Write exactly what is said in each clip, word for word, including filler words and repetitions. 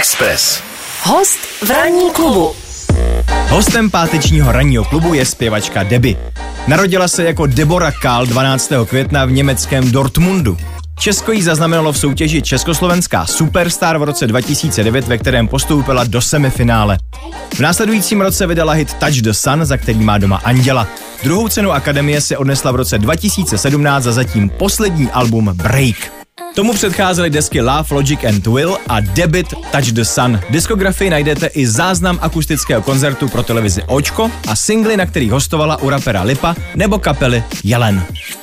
Express. Host v ranní klubu. Hostem pátečního ranního klubu je zpěvačka Debbie. Narodila se jako Deborah Kahl dvanáctého května v německém Dortmundu. Česko jí zaznamenalo v soutěži Československá Superstar v roce dva tisíce devět, ve kterém postoupila do semifinále. V následujícím roce vydala hit Touch the Sun, za který má doma anděla. Druhou cenu Akademie se odnesla v roce dva tisíce sedmnáct za zatím poslední album Break. Tomu předcházely desky Love, Logic and Will a debut Touch the Sun. V diskografii najdete i záznam akustického koncertu pro televizi Očko a singly, na kterých hostovala u rapera Lipa nebo kapely Jelen.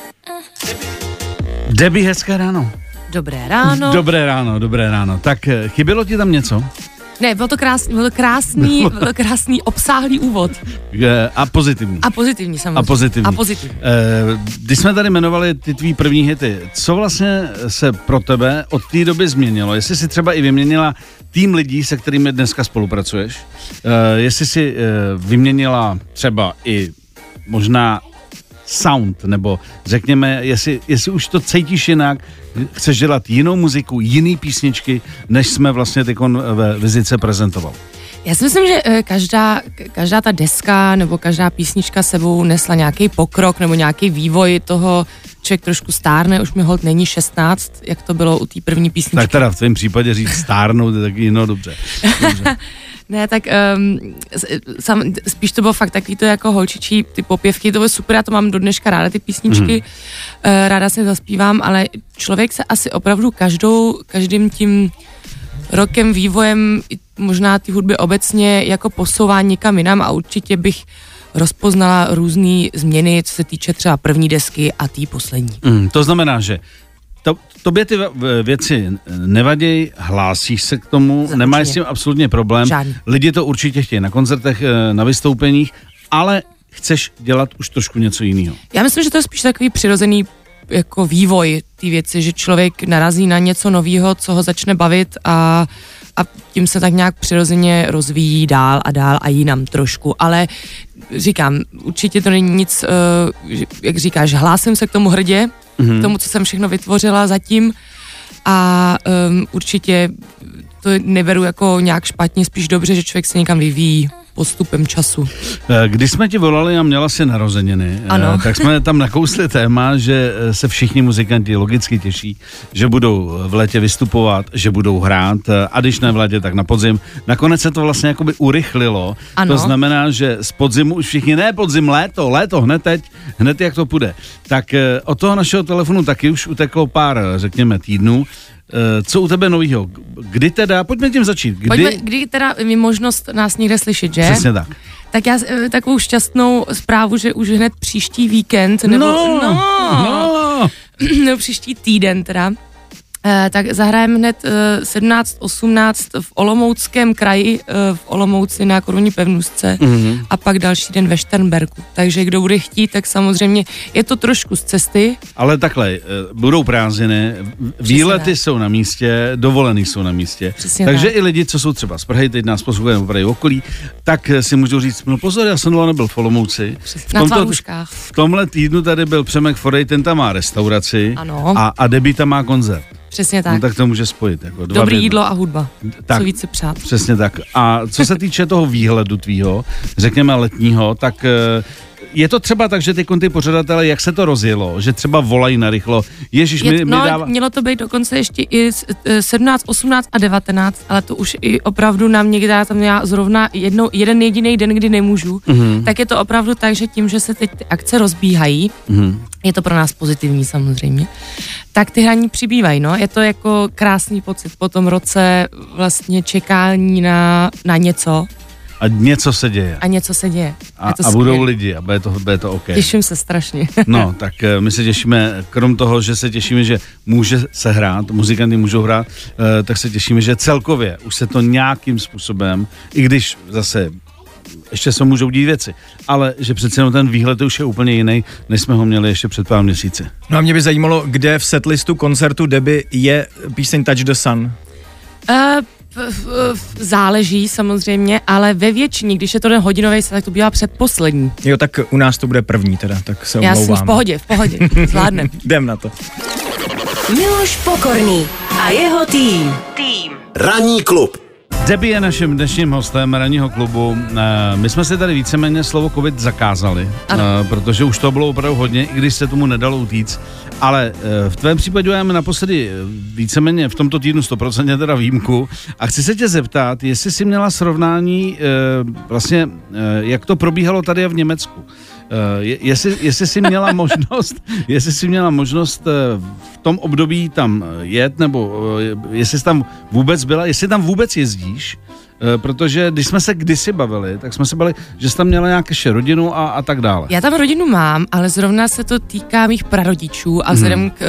Debbie, hezké ráno. Dobré ráno. Dobré ráno, dobré ráno. Tak chybělo ti tam něco? Ne, byl to krásný, byl to krásný, byl to krásný obsáhlý úvod. A pozitivní. A pozitivní samozřejmě. A pozitivní. A pozitivní. Když jsme tady jmenovali ty tvý první hity, co vlastně se pro tebe od té doby změnilo? Jestli jsi třeba i vyměnila tým lidí, se kterými dneska spolupracuješ? Jestli jsi vyměnila třeba i možná sound, nebo řekněme, jestli, jestli už to cítíš jinak, chceš dělat jinou muziku, jiný písničky, než jsme vlastně tykon ve vizice prezentoval. Já si myslím, že každá, každá ta deska nebo každá písnička sebou nesla nějaký pokrok nebo nějaký vývoj toho, člověk trošku stárne, už mi holt není šestnáct, jak to bylo u té první písničky. Tak teda v tvém případě říct stárnout, tak no dobře. dobře. Ne, tak um, sam, spíš to bylo fakt takový to jako holčičí, ty popěvky, to bylo super, já to mám do dneška ráda, ty písničky, mm. uh, ráda si zaspívám, ale člověk se asi opravdu každou, každým tím rokem, vývojem, možná ty hudby obecně jako posouvá někam jinam a určitě bych rozpoznala různé změny, co se týče třeba první desky a té poslední. Mm, to znamená, že To, tobě ty věci nevaděj, hlásíš se k tomu, Zaručeně. Nemáš s tím absolutně problém. Žádný. Lidi to určitě chtějí na koncertech, na vystoupeních, ale chceš dělat už trošku něco jiného. Já myslím, že to je spíš takový přirozený jako vývoj té věci, že člověk narazí na něco nového, co ho začne bavit a, a tím se tak nějak přirozeně rozvíjí dál a dál a jinam trošku, ale říkám, určitě to není nic, uh, jak říkáš, hlásím se k tomu hrdě, mm-hmm. k tomu, co jsem všechno vytvořila zatím a um, určitě to neberu jako nějak špatně, spíš dobře, že člověk se někam vyvíjí postupem času. Když jsme ti volali a měla si narozeniny, ano. tak jsme tam nakousli téma, že se všichni muzikanti logicky těší, že budou v létě vystupovat, že budou hrát a když ne v létě, tak na podzim. Nakonec se to vlastně jakoby urychlilo. Ano. To znamená, že z podzimu už všichni, ne podzim, léto, léto, hned teď, hned jak to půjde. Tak od toho našeho telefonu taky už uteklo pár, řekněme, týdnů. Co u tebe novýho? Kdy teda, pojďme tím začít. Kdy, Pojďme, kdy teda je možnost nás někde slyšet, že? Přesně tak. Tak já takovou šťastnou zprávu, že už hned příští víkend, nebo no, no, no. nebo příští týden teda, Eh, tak zahrajeme hned eh, sedmnáct osmnáct v Olomouckém kraji, eh, v Olomouci na Korunní pevnůstce mm-hmm. a pak další den ve Šternberku. Takže kdo bude chtít, tak samozřejmě je to trošku z cesty. Ale takhle, eh, budou prázdniny, výlety jsou na místě, dovolený jsou na místě. Přesně takže tak. i lidi, co jsou třeba z Prahy, teď nás poslouchají nebo Prahy okolí, tak si můžou říct, no pozor, já jsem nebyl v Olomouci. V, na Tvarůžkách. v tomhle týdnu tady byl Přemek Forej, ten tam má restauraci ano. a, a Debbie tam má koncert. Přesně tak. No tak to může spojit. Jako dva Dobrý vědno. jídlo a hudba. Tak, co více přát. Přesně tak. A co se týče toho výhledu tvýho, řekněme letního, tak je to třeba tak, že ty ty pořadatelé, jak se to rozjelo, že třeba volají narychlo. Ježiš, je, mi, no, mi dává... mělo to být dokonce ještě i sedmnáct, osmnáct a devatenáct, ale to už i opravdu na mě, která tam já zrovna jednou, jeden jediný den, kdy nemůžu, mm-hmm. tak je to opravdu tak, že tím, že se teď ty akce rozbíhají, mm-hmm. je to pro nás pozitivní samozřejmě, tak ty hraní přibývají, no. Je to jako krásný pocit po tom roce vlastně čekání na, na něco. A něco se děje. A něco se děje. A, a budou lidi a bude to, bude to OK. Těším se strašně. No, tak my se těšíme, krom toho, že se těšíme, že může se hrát, muzikanty můžou hrát, tak se těšíme, že celkově už se to nějakým způsobem, i když zase ještě se můžou dít věci, ale že přece jenom ten výhled už je úplně jiný, než jsme ho měli ještě před pár měsíci. No a mě by zajímalo, kde v setlistu koncertu Debbie je píseň Touch the Sun? Uh, Záleží samozřejmě, ale ve většině, když je to den hodinový, tak to bývá předposlední. Jo, tak u nás to bude první teda, tak se Já omlouvám. jsem v pohodě, v pohodě, zvládnem. Jdem na to. Miloš Pokorný a jeho tým. Tým. Ranní klub Debbie je naším dnešním hostem ranního klubu. My jsme si tady víceméně slovo covid zakázali, ano. protože už to bylo opravdu hodně, i když se tomu nedalo utíct. Ale v tvém případě máme naposledy víceméně v tomto týdnu sto procent teda výjimku a chci se tě zeptat, jestli jsi měla srovnání vlastně, jak to probíhalo tady v Německu. Je, jestli, jestli jsi měla možnost, jestli jsi měla možnost v tom období tam jet, nebo jestli jsi tam vůbec byla, jestli tam vůbec jezdíš, protože když jsme se kdysi bavili, tak jsme se bavili, že jsi tam měla nějakou rodinu a, a tak dále. Já tam rodinu mám, ale zrovna se to týká mých prarodičů a vzhledem k,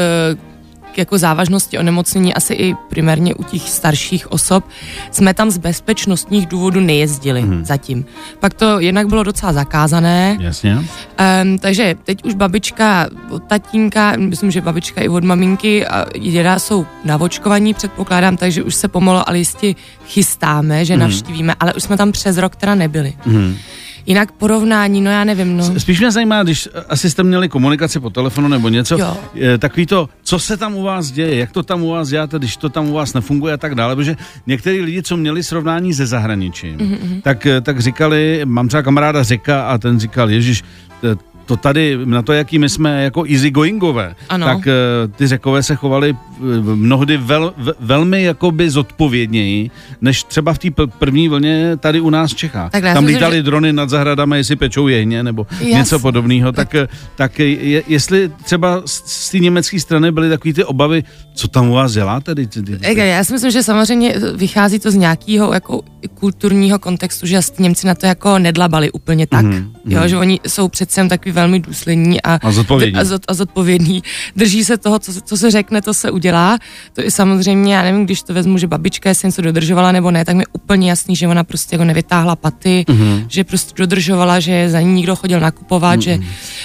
k jako závažnosti onemocnění asi i primárně u těch starších osob jsme tam z bezpečnostních důvodů nejezdili hmm. zatím. Pak to jednak bylo docela zakázané. Jasně. Um, takže teď už babička od tatínka, myslím, že babička i od maminky a děda jsou navočkovaní, předpokládám, takže už se pomalu ale jistě chystáme, že hmm. navštívíme, ale už jsme tam přes rok teda nebyli. Hmm. Jinak porovnání, no já nevím, no. Spíš mě zajímá, když asi jste měli komunikaci po telefonu nebo něco, jo. Takový to, co se tam u vás děje, jak to tam u vás děláte, když to tam u vás nefunguje a tak dále, protože některý lidi, co měli srovnání ze zahraničím, mm-hmm. tak, tak říkali, mám třeba kamaráda Řeka a ten říkal, ježiš, to tady, na to, jaký my jsme jako easygoingové, ano. tak ty Řekové se chovali mnohdy vel, velmi jakoby zodpovědněji, než třeba v té první vlně tady u nás v Čechách. Takhle, tam lítali že... drony nad zahradami, jestli pečou jehně, nebo Jas. něco podobného, tak, tak je, jestli třeba z té německé strany byly takový ty obavy, co tam u vás děláte? Ty, ty, ty. Já si myslím, že samozřejmě vychází to z nějakého jako kulturního kontextu, že Němci na to jako nedlabali úplně tak, mm-hmm. jo, že oni jsou přece takový velmi důslední a, a, zodpovědní. a, zod, a zodpovědní. Drží se toho, co, co se řekne, to se udělá. To je samozřejmě, já nevím, když to vezmu, že babička jestli něco dodržovala nebo ne, tak mi úplně jasný, že ona prostě jako nevytáhla paty, mm-hmm. že prostě dodržovala, že za ní někdo chodil nakupovat, mm-hmm. že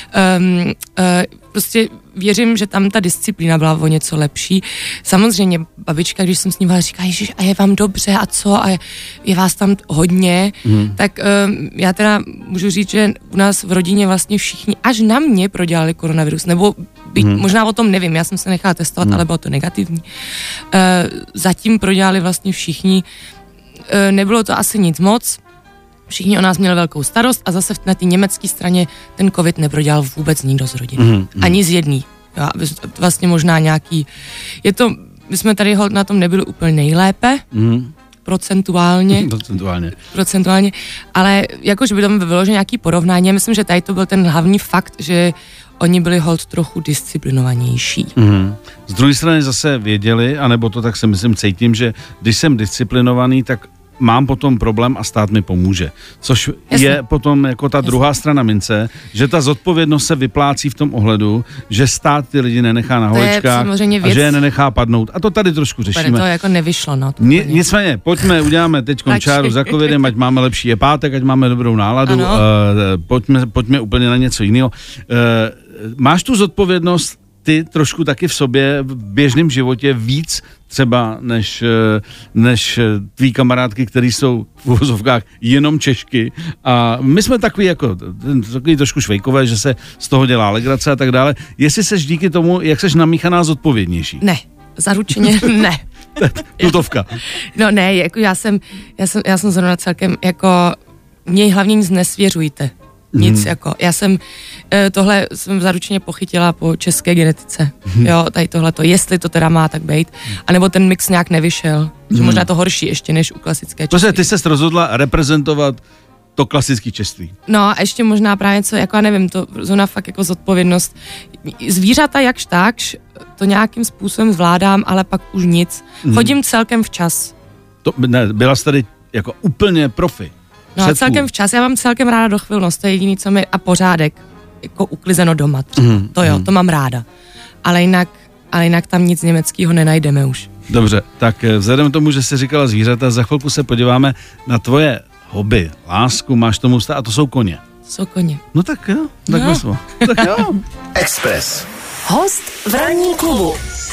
um, uh, prostě věřím, že tam ta disciplína byla o něco lepší. Samozřejmě babička, když jsem s ní byla, říká, ježiš, a je vám dobře a co, a je, je vás tam hodně, mm. tak um, já teda můžu říct, že u nás v rodině vlastně všichni až na mě prodělali koronavirus, nebo byť, mm. možná o tom nevím, já jsem se nechala testovat, mm. ale bylo to negativní. Uh, zatím prodělali vlastně všichni, uh, nebylo to asi nic moc, všichni o nás měli velkou starost a zase na té německé straně ten covid neprodělal vůbec nikdo z rodiny. Mm, mm. Ani z jedný. Jo, vlastně možná nějaký... Je to... My jsme tady na tom nebyli úplně nejlépe, mm. procentuálně. Procentuálně. Procentuálně. Ale jakože by tam vyložil nějaký porovnání. Myslím, že tady to byl ten hlavní fakt, že oni byli holt trochu disciplinovanější. Mm. Z druhé strany zase věděli, anebo to tak se myslím cítím, že když jsem disciplinovaný, tak mám potom problém a stát mi pomůže. Což Jasně. je potom jako ta Jasně. druhá strana mince, že ta zodpovědnost se vyplácí v tom ohledu, že stát ty lidi nenechá na holičkách a že je nenechá padnout. A to tady trošku řešíme. To jako nevyšlo, no. Ni, nicméně, pojďme, uděláme teď čáru za covidem, ať máme lepší je pátek, ať máme dobrou náladu. Uh, pojďme, pojďme úplně na něco jiného. Uh, máš tu zodpovědnost ty trošku taky v sobě v běžném životě víc třeba než, než tví kamarádky, který jsou v uvozovkách jenom Češky a my jsme takový jako takový trošku švejkové, že se z toho dělá legrace a tak dále. Jestli seš díky tomu, jak seš namíchaná zodpovědnější? Ne, zaručeně ne. Tutovka. No ne, jako já jsem, já jsem, já jsem zrovna celkem jako mě hlavně nic nesvěřujte. Nic, hmm. jako, já jsem, tohle jsem zaručeně pochytila po české genetice, hmm. jo, tady tohleto, jestli to teda má tak být, anebo ten mix nějak nevyšel, hmm. že možná to horší ještě než u klasické česky. Ty ses rozhodla reprezentovat to klasické český. No a ještě možná právě co, jako já nevím, to zóna fakt jako zodpovědnost. Zvířata jakž takž, to nějakým způsobem zvládám, ale pak už nic. Hmm. Chodím celkem včas. To, ne, byla jsi tady jako úplně profi. No a celkem včas, já mám celkem ráda dochvilnost, to je jediný, co mi, a pořádek, jako uklizeno doma třeba, mm, to jo, mm. to mám ráda, ale jinak, ale jinak tam nic německého nenajdeme už. Dobře, tak vzhledem k tomu, že jsi říkala zvířata, za chvilku se podíváme na tvoje hobby, lásku, máš tomu stát, a to jsou koně. To jsou koně. No tak jo, tak no. Vyslo. Tak jo. Express. Host v ranní klubu.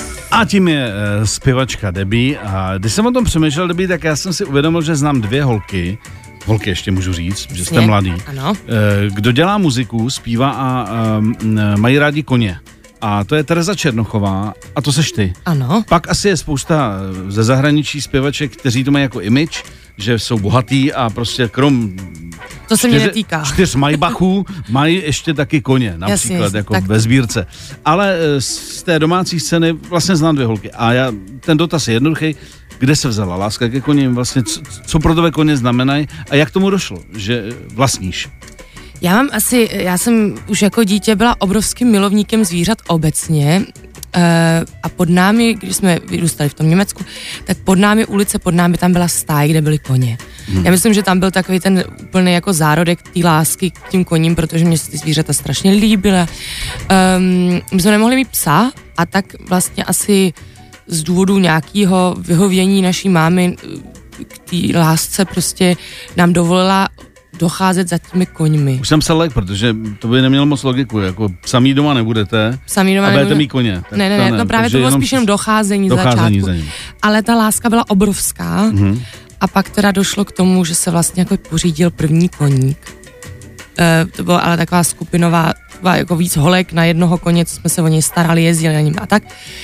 A tím je uh, zpěvačka Debbie, a když jsem o tom přemýšlel, Debbie, tak já jsem si uvědomil, že znám dvě holky, holky ještě můžu říct, že jste mladý. Ano. Kdo dělá muziku, zpívá a um, mají rádi koně. A to je Tereza Černochová a to seš ty. Ano. Pak asi je spousta ze zahraničí zpěvaček, kteří to mají jako image, že jsou bohatý a prostě krom to se mě netýká. čtyř Maybachů mají ještě taky koně, například jasně, jako tak... ve sbírce. Ale z té domácí scény vlastně znám dvě holky a já, ten dotaz je jednoduchý. Kde se vzala láska ke koním, vlastně co, co pro tebe koně znamenají a jak tomu došlo, že vlastníš? Já mám asi, já jsem už jako dítě byla obrovským milovníkem zvířat obecně uh, a pod námi, když jsme vyrůstali v tom Německu, tak pod námi, ulice pod námi, tam byla stáj, kde byly koně. Hmm. Já myslím, že tam byl takový ten úplný jako zárodek té lásky k tím koním, protože mě se ty zvířata strašně líbila. Um, my jsme nemohli mít psa a tak vlastně asi z důvodu nějakého vyhovění naší mámy k té lásce prostě nám dovolila docházet za těmi koňmi. Už jsem se lek, protože to by nemělo moc logiku, jako sami doma nebudete sami doma a budete nebude... mít koně. Ne, ne, ne, ne, no právě to bylo spíš jenom docházení, docházení za začátku. Za ale ta láska byla obrovská mm-hmm. a pak teda došlo k tomu, že se vlastně jako pořídil první koník. E, to byla ale taková skupinová, jako víc holek na jednoho koně, co jsme se o něj starali, jezdili na ním a tak.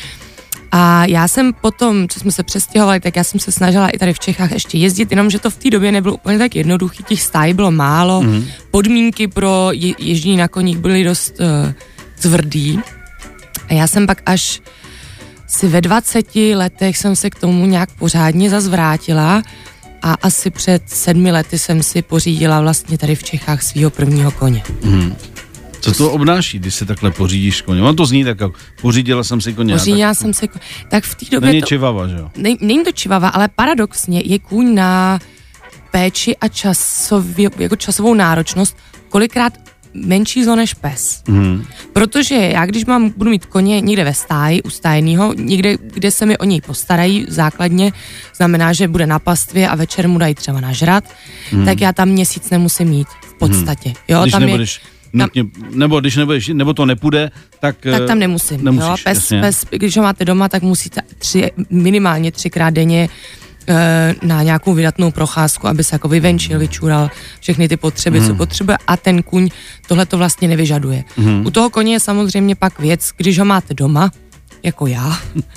A já jsem potom, co jsme se přestěhovali, tak já jsem se snažila i tady v Čechách ještě jezdit, jenomže to v té době nebylo úplně tak jednoduchý, těch stájí bylo málo, mm. podmínky pro je- ježdění na koních byly dost uh, tvrdý. A já jsem pak až si ve dvaceti letech jsem se k tomu nějak pořádně zazvrátila a asi před sedmi lety jsem si pořídila vlastně tady v Čechách svýho prvního koně. Mm. Co to obnáší, když se takhle pořídíš koně? On to zní tak, jako pořídila jsem si koně. Pořídila tak... jsem si koně. Tak v té době Není to... čivava, že jo? Ne, není to čivava, ale paradoxně je kůň na péči a časově, jako časovou náročnost kolikrát menší zlo než pes. Mm. Protože já, když mám, budu mít koně někde ve stáji, u stájnýho, někde, kde se mi o něj postarají základně, znamená, že bude na pastvě a večer mu dají třeba nažrat, mm. tak já tam měsíc nemusím mít v podstatě. Mm. Jo, když tam nebudeš... je, Nutně, nebo když nebudeš, nebo to nepůjde, tak... Tak tam nemusím. Nemusíš, jo? Pes, pes, když ho máte doma, tak musíte tři, minimálně třikrát denně e, na nějakou vydatnou procházku, aby se jako vyvenčil, vyčůral všechny ty potřeby, hmm. co potřebuje a ten kůň tohle to vlastně nevyžaduje. Hmm. U toho koně je samozřejmě pak věc, když ho máte doma, jako já,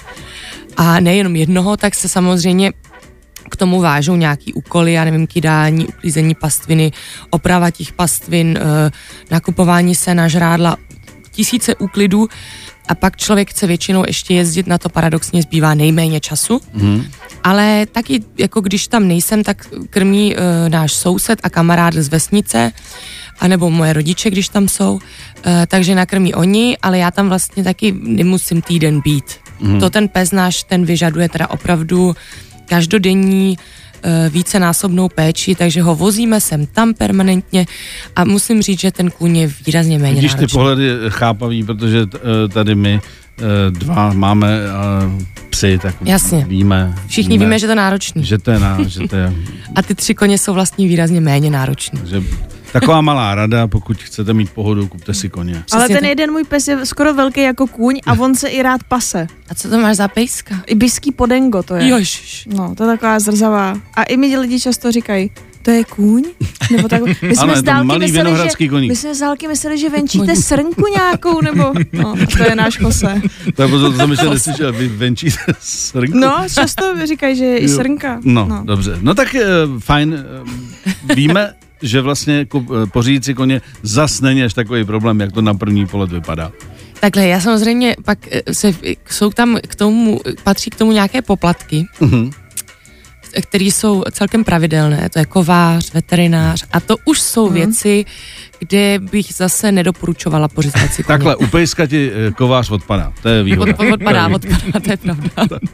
a nejenom jednoho, tak se samozřejmě k tomu vážou nějaký úkoly, já nevím, kydání, uklízení pastviny, oprava těch pastvin, e, nakupování sena, žrádla, tisíce úklidů a pak člověk chce většinou ještě jezdit, na to paradoxně zbývá nejméně času, mm. ale taky, jako když tam nejsem, tak krmí e, náš soused a kamarád z vesnice, anebo moje rodiče, když tam jsou, e, takže nakrmí oni, ale já tam vlastně taky nemusím týden být. Mm. To ten pes náš, ten vyžaduje teda opravdu každodenní e, vícenásobnou péči, takže ho vozíme sem tam permanentně a musím říct, že ten kůň je výrazně méně Vidíš náročný. ty pohledy chápavý, protože t, tady my dva máme psy, tak Jasně. víme. Všichni víme, víme, že to je náročný. Že to je, ná, že to je a ty tři koně jsou vlastně výrazně méně náročný. Že, taková malá rada, pokud chcete mít pohodu, kupte si koně. Přesně. Ale ten to... jeden můj pes je skoro velký jako kůň a on se i rád pase. A co to máš za pejska? Ibiský podengo to je. Jož. No, to je taková zrzavá. A i mi lidi často říkají, to je kůň? Nebo tak, my jsme ano, z dálky malý mysleli, že, koník. my jsme z dálky mysleli, že venčíte srnku nějakou, nebo no, to je náš Jose. To je pozor, to jsem ještě neslyšel, vy venčíte srnku? No, často mi říkají, že je i srnka. No, no, dobře. No tak uh, fajn, uh, víme, že vlastně pořídit si koně zas není až takový problém, jak to na první pohled vypadá. Takhle, já samozřejmě pak se, jsou tam k tomu, patří k tomu nějaké poplatky, uh-huh. které jsou celkem pravidelné, to je kovář, veterinář a to už jsou uh-huh. věci, kde bych zase nedoporučovala pořizovat si koně. Takhle, u pejska ti kovář odpadá, to je výhoda. Od, odpadá, odpadá, to je pravda.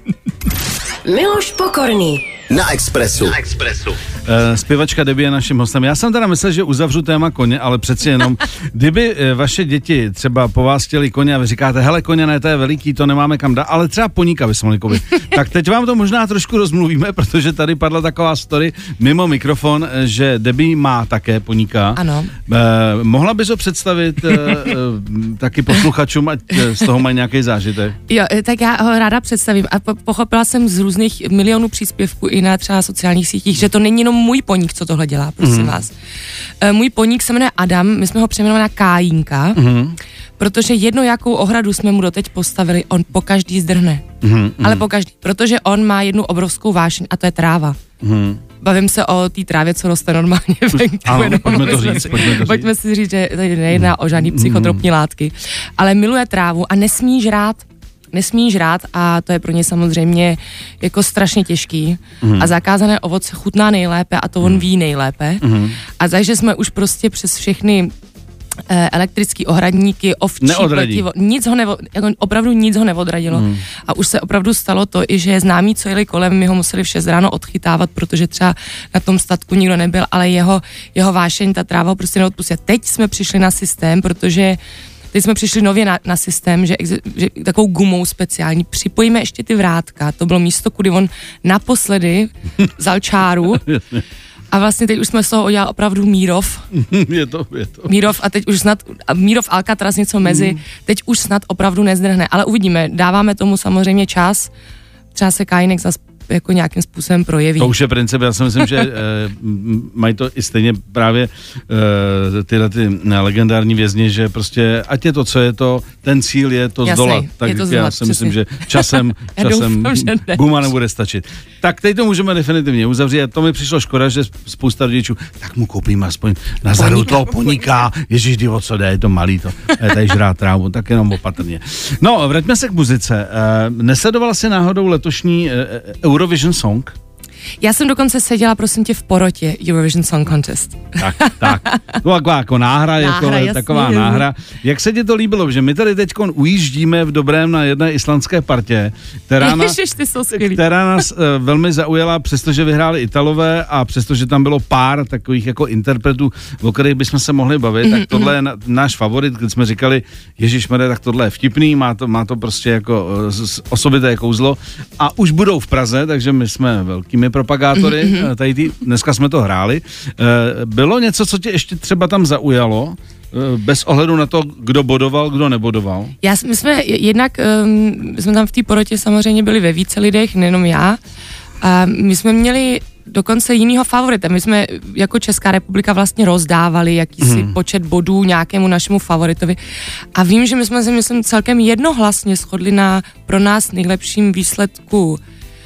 Miloš Pokorný. Na Expressu. Na Expressu. Uh, zpěvačka Debbie je naším hostem. Já jsem teda myslel, že uzavřu téma koně, ale přeci jenom, kdyby uh, vaše děti třeba po vás chtěli koně a vy říkáte, hele, koně ne, to je veliký, to nemáme kam dát, ale třeba poníka Vysmolikovi. Tak teď vám to možná trošku rozmluvíme, protože tady padla taková story mimo mikrofon, že Debbie má také poníka. Ano. Uh, mohla bys ho představit uh, uh, taky posluchačům, ať uh, z toho mají nějaký zážitek? Jo, tak já ho ráda představím a po- pochopila jsem z různých milionů příspěvků i na třeba sociálních sítích, že to není jenom můj poník, co tohle dělá, prosím mm. vás. E, můj poník se jmenuje Adam, my jsme ho přejmenovali na Kájínka, mm. protože jedno jakou ohradu jsme mu doteď postavili, on po každý zdrhne. Mm. Ale po každý, protože on má jednu obrovskou vášeň a to je tráva. Mm. bavím se o té trávě, co roste normálně venku. Ano, no, pojďme to říct, pojďme to říct. Pojďme si říct, že tady nejedná o žádný psychotropní látky, ale miluje trávu a nesmí žrát. Nesmí žrát a to je pro ně samozřejmě jako strašně těžký. Mm. A zakázané ovoce chutná nejlépe a to on ví nejlépe. Mm. A takže jsme už prostě přes všechny eh, elektrický ohradníky, ovčí, pletivo, nic ho nevo, jako opravdu nic ho neodradilo. Mm. A už se opravdu stalo to, i že známí, co jeli kolem, my ho museli v šest ráno odchytávat, protože třeba na tom statku nikdo nebyl, ale jeho, jeho vášeň, ta tráva ho prostě neodpustila. Teď jsme přišli na systém, protože Teď jsme přišli nově na, na systém, že, že takovou gumou speciální připojíme ještě ty vrátka. To bylo místo, kudy on naposledy vzal čáru. A vlastně teď už jsme z toho udělali opravdu Mírov. Je to, je to. Mírov a teď už snad, Mírov Alcatraz něco mezi, teď už snad opravdu nezdrhne. Ale uvidíme, dáváme tomu samozřejmě čas. Třeba se Kajínek zase jako nějakým způsobem projeví. To už je princip, já si myslím, že e, mají to i stejně právě e, tyhle ty legendární vězni, že prostě ať je to, co je to, ten cíl je to Jasnej, zdolat. Tak je to já zdolat, si myslím, že časem, časem doufám, že ne. guma nebude stačit. Tak teď to můžeme definitivně uzavřít. To mi přišlo škoda, že spousta rodičů, tak mu koupíme aspoň na zadu toho poníka. Ježíš, kdy o co jde, je to malý to. Je tady žrát trávu, tak jenom opatrně. No, vraťme se k muzice. E, nesledovala jsi náhodou letošní e, Eurovision Song? Já jsem dokonce seděla, prosím tě, v porotě Eurovision Song Contest. Tak, tak. To taková jako náhra, náhra jako jasný, taková jasný. náhra. Jak se ti to líbilo, že my tady teď ujíždíme v dobrém na jedné islandské partě, která nás, Ježiš, ty jsou skvělý. která nás uh, velmi zaujala, přestože vyhráli Italové a přestože tam bylo pár takových jako interpretů, o kterých bychom se mohli bavit, mm-hmm. tak tohle je na, náš favorit, když jsme říkali, ježišmarja, tak tohle je vtipný, má to, má to prostě jako uh, osobité kouzlo a už budou v Praze, takže my jsme velkými propagátory, mm-hmm. tady tý, dneska jsme to hráli. Bylo něco, co tě ještě třeba tam zaujalo, bez ohledu na to, kdo bodoval, kdo nebodoval? Já, my jsme jednak, um, jsme tam v té porotě samozřejmě byli ve více lidech, nejenom já, a my jsme měli dokonce jinýho favorita. My jsme jako Česká republika vlastně rozdávali jakýsi hmm. počet bodů nějakému našemu favoritovi a vím, že my jsme se, myslím, celkem jednohlasně shodli na pro nás nejlepším výsledku.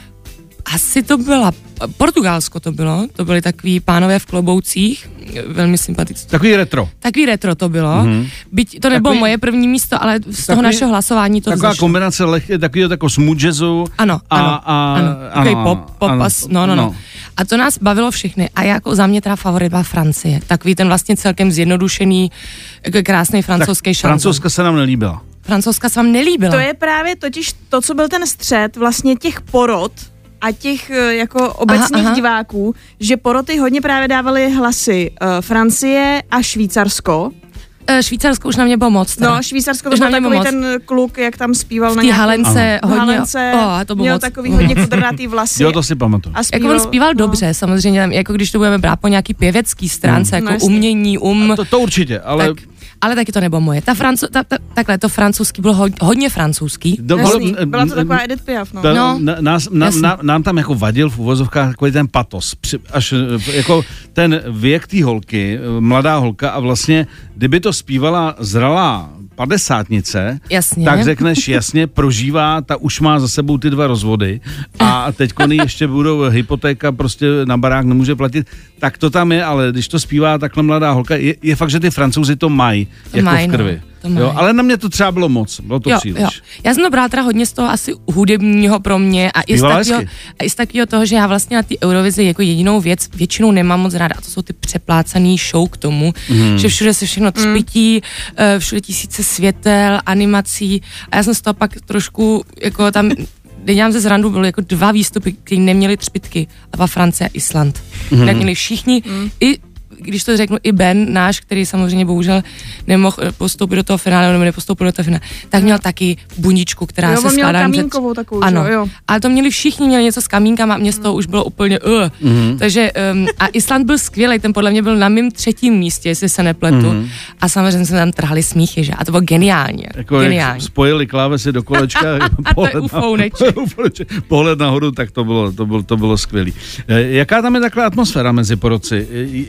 Asi to byla, Portugalsko to bylo, to byly takový pánové v kloboucích, velmi sympatické. Takový retro. Takový retro to bylo, mm-hmm. byť to nebylo takový, moje první místo, ale z toho takový, našeho hlasování to taková zašlo. kombinace leh, takového takového smooth jazzu. Ano, a, ano, a, ano, takový ano, pop, pop ano, as, no, no, no, no. A to nás bavilo všechny a jako za mě teda favorit byla Francie, takový ten vlastně celkem zjednodušený, krásný francouzský šanson. Francouzska se nám nelíbila. Francouzska se vám nelíbila. To je právě totiž to, co byl ten střed vlastně těch porod a těch jako obecných aha, aha. diváků, že poroty hodně právě dávaly hlasy uh, Francie a Švýcarsko. Uh, Švýcarsko už na mě bylo moc. Teda. No, Švýcarsko to byl takový moc. Ten kluk, jak tam zpíval v na nějakém... Halence, hodně, halence, oh, to měl moc. takový hodně kudrnatý vlasy. Jo, to si pamatuju. Jako on zpíval no. dobře, samozřejmě, jako když to budeme brát po nějaký pěvecký stránce, mm. jako no, umění, um... To, to určitě, ale... Tak, ale taky to nebylo moje. Ta franco, ta, ta, takhle, to francouzský bylo ho, hodně francouzský. Do, Jasný, byla to taková Edith Piaf, no. Ta, no nás, na, na, nám tam jako vadil v uvozovkách takový ten patos. Při, až jako ten věk té holky, mladá holka a vlastně, kdyby to zpívala zralá padesátnice, jasně. tak řekneš jasně, prožívá, ta už má za sebou ty dva rozvody a teď kony ještě budou hypotéka, prostě na barák nemůže platit, tak to tam je, ale když to zpívá takhle mladá holka, je, je fakt, že ty Francouzi to mají, to jako maj, v krvi. No, jo, ale na mě to třeba bylo moc, bylo to jo, příliš. Jo. Já jsem to brala teda hodně z toho asi hudebního pro mě a i z, takového, a i z takového toho, že já vlastně na té Eurovizi jako jedinou věc většinou nemám moc ráda a to jsou ty přeplácaný show k tomu, mm. že všude se všechno třpití, mm. všude tisíce světel, animací a já jsem z toho pak trošku jako tam dělám ze zrandu, bylo jako dva výstupy, které neměly třpitky a byla Francie a Island. Mm. Tak měli všichni, mm. i když to řeknu, i Ben, náš, který samozřejmě bohužel nemohl postoupit do toho finále, nebo nepostoupil do toho finále, tak měl taky buničku, která jo, se skládá. Jo, měl kamínkovou takovou, ano, jo. Ale to měli všichni, měli něco s kamínkama a mě z toho už bylo úplně uh. Mm-hmm. Takže um, a Island byl skvělý, ten podle mě byl na mým třetím místě, jestli se nepletu. Mm-hmm. A samozřejmě jsme tam trhali smíchy, že? A to bylo geniálně. Jako geniální. Spojili klávesy do kolečka. A to je ufouneček. Pohled nahoru, tak to bylo, to bylo, to bylo skvělý. Jaká tam je taková atmosféra mezi porodci?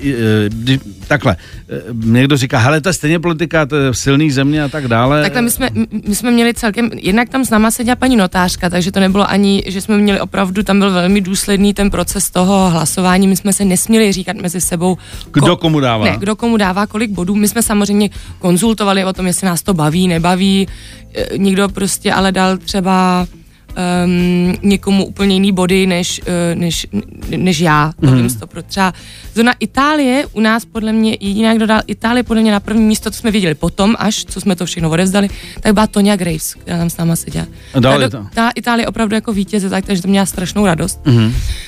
takhle, někdo říká, hele, to je stejně politika, to je silný země a tak dále. Takhle my jsme, my jsme měli celkem, jednak tam s náma seděla paní notářka, takže to nebylo ani, že jsme měli opravdu, tam byl velmi důsledný ten proces toho hlasování, my jsme se nesměli říkat mezi sebou. Kdo ko, komu dává? Ne, kdo komu dává kolik bodů, my jsme samozřejmě konzultovali o tom, jestli nás to baví, nebaví, někdo prostě ale dal třeba Um, někomu úplně jiný body, než, uh, než, než já. Mm. To pro třeba zóna Itálie, u nás podle mě, jediná, kdo dal Itálie podle mě na první místo, to jsme viděli potom, až co jsme to všechno odevzdali, tak byla Tonya Graves, která tam s náma seděla. Ta, ta Itálie opravdu jako vítěze, tak, takže to měla strašnou radost. Mm. Uh,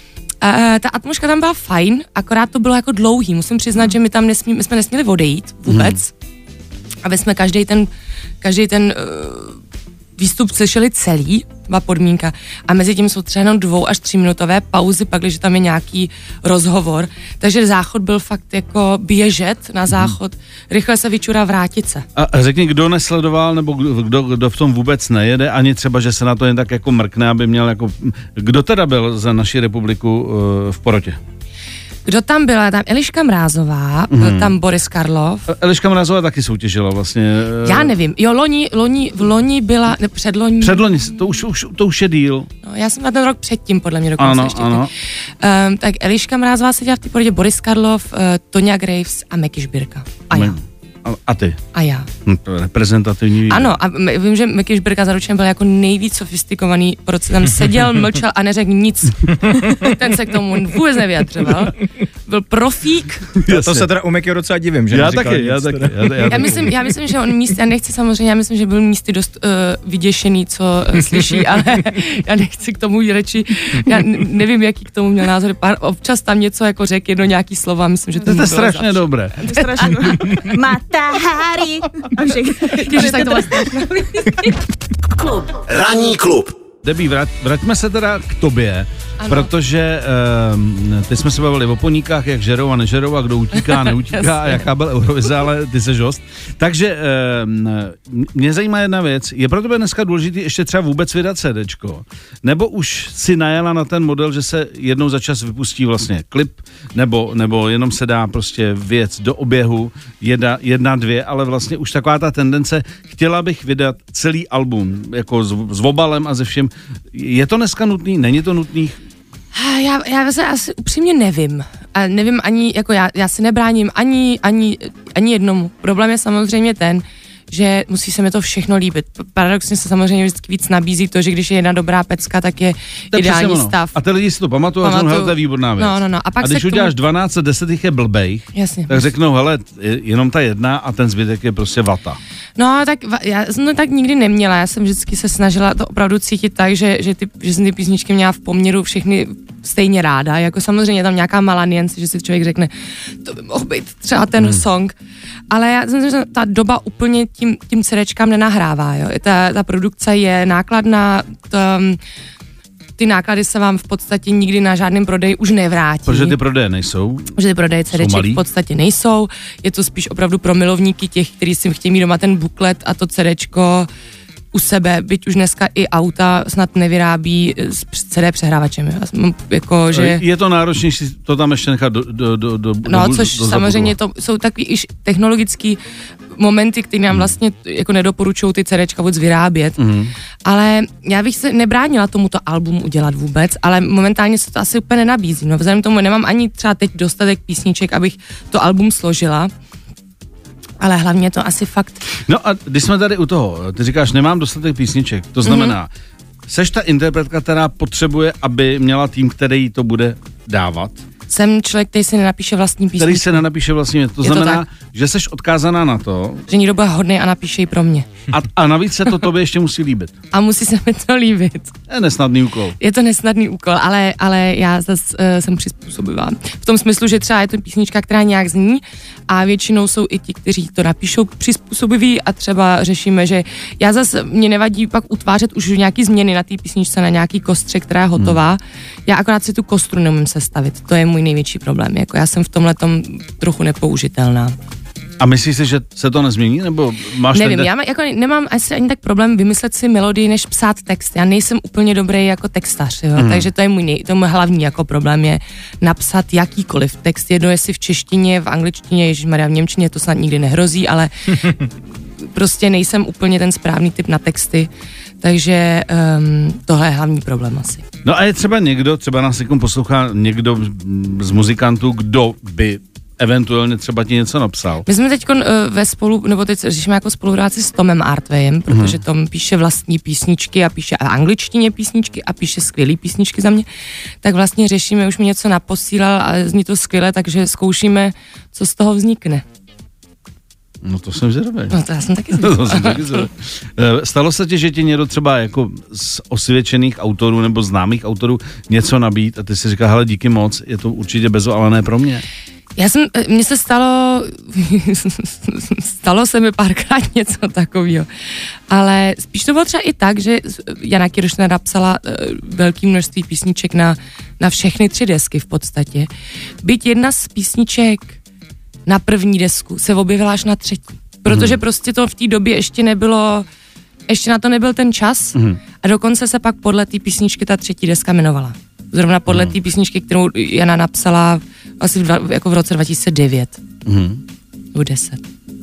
ta atmosféra tam byla fajn, akorát to bylo jako dlouhý. Musím přiznat, že my tam nesmí, my jsme nesměli odejít vůbec, mm. aby jsme každý ten, každý ten uh, výstup slyšeli celý, byla podmínka. A mezi tím jsou třeba jenom dvou až tři minutové pauzy, pak, když tam je nějaký rozhovor. Takže záchod byl fakt jako běžet na záchod, hmm. rychle se vyčurá, vrátit se. A řekni, kdo nesledoval, nebo kdo, kdo v tom vůbec nejede, ani třeba, že se na to jen tak jako mrkne, aby měl jako... Kdo teda byl za naši republiku uh, v porotě? Kdo tam byla? Tam Eliška Mrázová, mm. byl tam Boris Karlov. Eliška Mrázová taky soutěžila vlastně. Já nevím. Jo, loni, loni, v loni byla, ne, předloni. Předloni, to už, už, to už je díl. No, já jsem na ten rok předtím, podle mě dokonce ano, ještě. Ano. Um, tak Eliška Mrázová seděla v té porodě, Boris Karlov, uh, Tonya Graves a Meky Žbírka. A já. A, a ty? A já. Hm, to je reprezentativní výběr. Ano, a vím, že Meky Žbírka zaručeně byl jako nejvíc sofistikovaný, protože tam seděl, mlčel a neřekl nic. Ten se k tomu vůbec nevyjadřoval. Byl profík. To, to se teda u Mekyho docela divím, že já taky, já taky, já, já, já, myslím, já myslím, že on místy, já nechci samozřejmě, já myslím, že byl místy dost uh, vyděšený, co uh, slyší, ale já nechci k tomu řeči, já nevím, jaký k tomu měl názor. Pár, občas tam něco jako řekl, jedno nějaký slova, myslím, že to, to je strašně dobré. To je strašně dobré. Matahari. Ježiš, tak to vlastně. Klub. Ranní klub. Debbie, vrať, vraťme se teda k tobě, ano. Protože um, teď jsme se bavili o poníkách, jak žerou a nežerou a kdo utíká a neutíká a jaká byl Eurovize, ale ty seš host. Takže um, mě zajímá jedna věc, je pro tebe dneska důležitý ještě třeba vůbec vydat CDčko, nebo už si najela na ten model, že se jednou za čas vypustí vlastně klip, nebo, nebo jenom se dá prostě věc do oběhu, jedna, jedna, dvě, ale vlastně už taková ta tendence, chtěla bych vydat celý album, jako s, s obalem a ze všem. Je to dneska nutný? Není to nutný? Já, já se asi upřímně nevím. A nevím ani, jako já, já si nebráním ani, ani, ani jednomu. Problém je samozřejmě ten, že musí se mi to všechno líbit. Paradoxně se samozřejmě vždycky víc nabízí to, že když je jedna dobrá pecka, tak je to ideální je stav. A ty lidi si to pamatují a řeknou, hele, to je výborná věc. No, no, no. A, pak a když uděláš tomu... dvanáct a deset jich je blbejch, jasně, tak řeknou, hele, jenom ta jedna a ten zbytek je prostě vata. No, tak já jsem to tak nikdy neměla. Já jsem vždycky se snažila to opravdu cítit tak, že, že, ty, že jsem ty písničky měla v poměru všechny stejně ráda. Jako samozřejmě tam nějaká malá niance, že si člověk řekne, to by mohl být třeba ten hmm. song. Ale já jsem že ta doba úplně tím, tím CDčkám nenahrává. Jo. Ta, ta produkce je nákladná, ta, ty náklady se vám v podstatě nikdy na žádném prodeji už nevrátí. Protože ty prodeje nejsou. Protože ty prodeje CDček v podstatě nejsou. Je to spíš opravdu pro milovníky těch, kteří si chtějí mít doma ten buklet a to CDčko u sebe, byť už dneska i auta snad nevyrábí s C D přehrávačem. Jako, že... Je to náročnější to tam ještě nechat do, do, do, do No, do, což do samozřejmě to jsou takový iž technologický momenty, které nám vlastně jako nedoporučují ty CDčka vůbec vyrábět. Mm. Ale já bych se nebránila tomuto album udělat vůbec, ale momentálně se to asi úplně nenabízí. No, vzhledem tomu nemám ani třeba teď dostatek písniček, abych to album složila. Ale hlavně to asi fakt... No a když jsme tady u toho, ty říkáš, nemám dostatek písniček, to znamená, mm-hmm. seš ta interpretka, která potřebuje, aby měla tým, který to bude dávat? Jsem člověk, který si nenapíše vlastní písničku. Který se nenapíše vlastní, to je znamená, to že seš odkázaná na to... Že někdo bude hodnej a napíše ji pro mě. A, a navíc se to tobě ještě musí líbit. A musí se mi to líbit. Je nesnadný úkol. Je to nesnadný úkol, ale, ale já zase uh, jsem přizpůsobivá. V tom smyslu, že třeba je to písnička, která nějak zní a většinou jsou i ti, kteří to napíšou přizpůsobiví a třeba řešíme, že já zase, mě nevadí pak utvářet už nějaký změny na té písničce, na nějaký kostře, která je hotová. Hmm. Já akorát si tu kostru neumím sestavit. To je můj největší problém. Jako já jsem v tomhletom trochu nepoužitelná. A myslíš si, že se to nezmění, nebo máš Nevím, ten... já má, jako nemám asi ani tak problém vymyslet si melodii, než psát text. Já nejsem úplně dobrý jako textař, jo? Mm. takže to je můj, nej, to můj hlavní jako problém je napsat jakýkoliv text, jedno jestli v češtině, v angličtině, ježišmarja, v němčině, to snad nikdy nehrozí, ale prostě nejsem úplně ten správný typ na texty, takže um, tohle je hlavní problém asi. No a je třeba někdo, třeba nás jako poslouchá někdo z muzikantů, kdo by eventuálně třeba ti něco napsal. My jsme teď uh, ve spolu, nebo teď řešíme jako spolupráci s Tomem Artveyem, protože Tom píše vlastní písničky a píše v angličtině písničky a píše skvělý písničky za mě, tak vlastně řešíme, už mi něco naposílal a zní to skvěle, takže zkoušíme, co z toho vznikne. No to jsem zvědavý. No to já jsem taky zvědavý. to jsem taky zvědavý. Stalo se ti, že ti někdo třeba jako z osvědčených autorů nebo známých autorů něco nabít a ty si říká, hele díky moc, je to určitě bezo, ale ne pro mě. Já jsem, mně se stalo, stalo se mi párkrát něco takového, ale spíš to bylo třeba i tak, že Jana Kiršner napsala velké množství písniček na, na všechny tři desky v podstatě. Byť jedna z písniček na první desku se objevila až na třetí, protože mm. prostě to v té době ještě nebylo, ještě na to nebyl ten čas mm. a dokonce se pak podle té písničky ta třetí deska jmenovala. Zrovna podle mm. té písničky, kterou Jana napsala asi v, jako v roce dva tisíce devět. Mm. Nebo deset.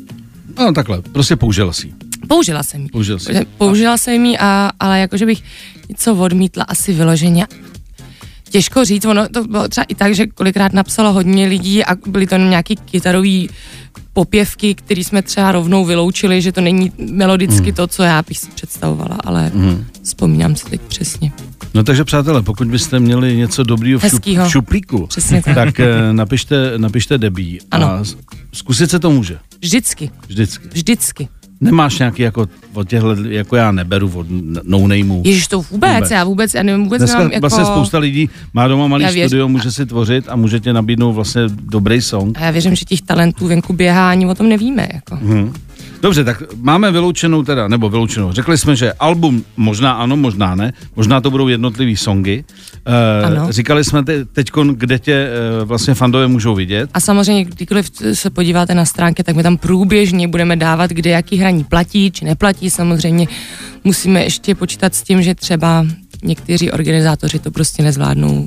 No takhle, prostě použila si. Použila jsem ji. Použila, použila jsem ji, a, ale jakože bych něco odmítla asi vyloženě. Těžko říct, ono to bylo třeba i tak, že kolikrát napsalo hodně lidí a byly to nějaký kytarový popěvky, který jsme třeba rovnou vyloučili, že to není melodicky mm. to, co já bych si představovala, ale mm. vzpomínám si teď přesně. No takže přátelé, pokud byste měli něco dobrýho v, šup, v šuplíku, tak, tak napište, napište Debbie a zkusit se to může. Vždycky. Vždycky. Vždycky. Nemáš nějaký jako od těchhle, jako já neberu od no-nameů. Ježiš, to vůbec, vůbec, já vůbec, já nevím, vůbec Dneska nemám jako... vlastně spousta lidí má doma malý studio, může si tvořit a může tě nabídnout vlastně dobrý song. A já věřím, že těch talentů venku běhá, ani o tom nevíme, jako. Hmm. Dobře, tak máme vyloučenou teda, nebo vyloučenou. Řekli jsme, že album možná ano, možná ne, možná to budou jednotlivý songy. E, říkali jsme te, teďkon, kde tě e, vlastně fandové můžou vidět. A samozřejmě, kdykoliv se podíváte na stránky, tak my tam průběžně budeme dávat, kde jaký hraní platí, či neplatí. Samozřejmě musíme ještě počítat s tím, že třeba někteří organizátoři to prostě nezvládnou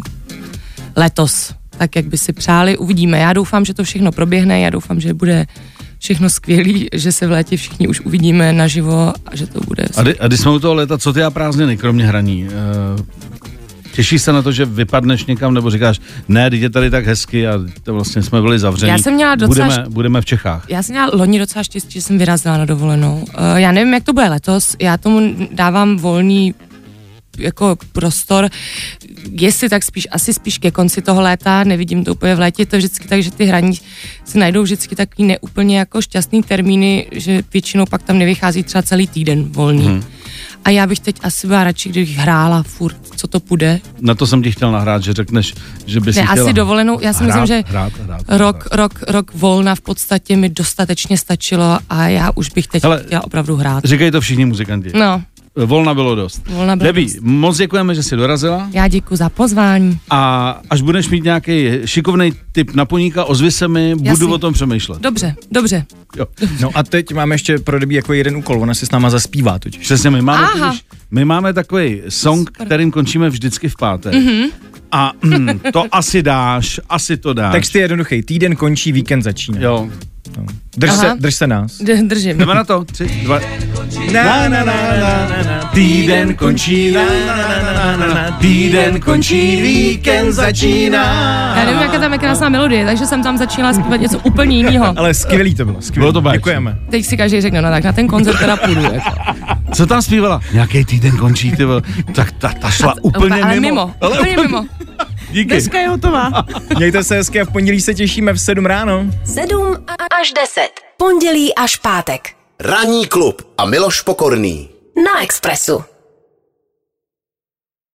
letos, tak jak by si přáli. Uvidíme. Já doufám, že to všechno proběhne, já doufám, že bude všechno skvělý, že se v létě všichni už uvidíme naživo a že to bude... A, kdy, a když jsme u toho léta, co ty a prázdniny, kromě hraní? Uh, těšíš se na to, že vypadneš někam, nebo říkáš, ne, teď je tady tak hezky a to vlastně jsme byli zavření. Já jsem měla docela... Budeme, budeme v Čechách. Já jsem měla loni docela štěstí, že jsem vyrazila na dovolenou. Uh, já nevím, jak to bude letos, já tomu dávám volný jako prostor, jestli tak spíš, asi spíš ke konci toho léta, nevidím to úplně v létě, je to vždycky tak, že ty hraní si najdou vždycky takový neúplně jako šťastný termíny, že většinou pak tam nevychází třeba celý týden volný. Hmm. A já bych teď asi byla radši, kdybych hrála furt, co to půjde. Na to jsem ti chtěl nahrát, že řekneš, že bys ne, chtěla... asi dovolenou, já si hrát, myslím, že hrát, hrát, rok, hrát. rok, rok volna v podstatě mi dostatečně stačilo a já už bych teď Hele, chtěla opravdu hrát. Říkají to všichni muzikanti. No. Volna bylo dost. Volna bylo Debbie, dost. moc děkujeme, že jsi dorazila. Já děkuji za pozvání. A až budeš mít nějaký šikovnej tip na poníka, ozvi se mi, Jasný. budu o tom přemýšlet. Dobře, dobře. Jo. No a teď máme ještě pro Debbie jako jeden úkol, ona si s náma zaspívá totiž. Přesně, my máme, totiž, my máme takový song, Super. kterým končíme vždycky v pátek. Mm-hmm. A mm, to asi dáš, asi to dáš. Text je jednoduchý, týden končí, víkend začíná. Jo. No. Drž, se, drž se nás. D- držím. Jdeme na to. Tři, dva. Na, na, na, na, na, týden končí, na, na, na, na, na, týden končí, víkend začíná. Já nevím, jaká tam je krásná melodie, takže jsem tam začínala zpívat něco úplně jiného. Ale skvělý to bylo, skvělý. Bylo to báječný. Děkujeme. Teď si každý řekne, no tak na ten koncert teda půjdu. Jako. Co tam zpívala? Nějaký týden končí, ty vole. Tak ta, ta šla A, úplně ale mimo. mimo. Ale úplně mimo. Díky. Deska je hotová. Mějte se hezky a v pondělí se těšíme v sedm ráno. sedm až deset. Pondělí až pátek. Ranní klub a Miloš Pokorný. Na Expressu.